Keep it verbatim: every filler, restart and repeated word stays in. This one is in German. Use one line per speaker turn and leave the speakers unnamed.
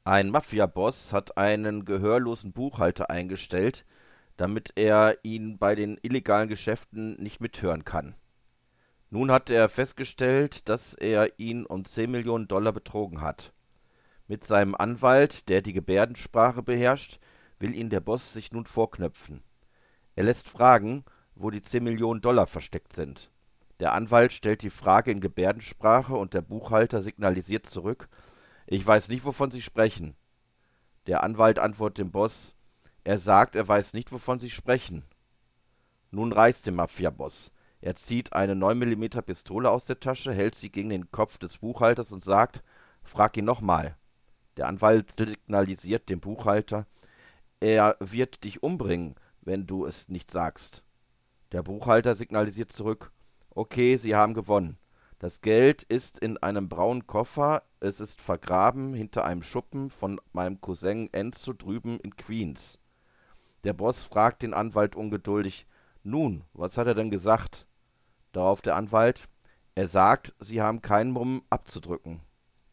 Ein Mafiaboss hat einen gehörlosen Buchhalter eingestellt, damit er ihn bei den illegalen Geschäften nicht mithören kann. Nun hat er festgestellt, dass er ihn um zehn Millionen Dollar betrogen hat. Mit seinem Anwalt, der die Gebärdensprache beherrscht, will ihn der Boss sich nun vorknöpfen. Er lässt fragen, wo die zehn Millionen Dollar versteckt sind. Der Anwalt stellt die Frage in Gebärdensprache und der Buchhalter signalisiert zurück: „Ich weiß nicht, wovon Sie sprechen." Der Anwalt antwortet dem Boss: „Er sagt, er weiß nicht, wovon Sie sprechen." Nun reißt der Mafiaboss. Er zieht eine neun Millimeter Pistole aus der Tasche, hält sie gegen den Kopf des Buchhalters und sagt: „Frag ihn nochmal." Der Anwalt signalisiert dem Buchhalter: „Er wird dich umbringen, wenn du es nicht sagst." Der Buchhalter signalisiert zurück: „Okay, Sie haben gewonnen. Das Geld ist in einem braunen Koffer, es ist vergraben hinter einem Schuppen von meinem Cousin Enzo drüben in Queens." Der Boss fragt den Anwalt ungeduldig: „Nun, was hat er denn gesagt?" Darauf der Anwalt: „Er sagt, Sie haben keinen Mumm abzudrücken."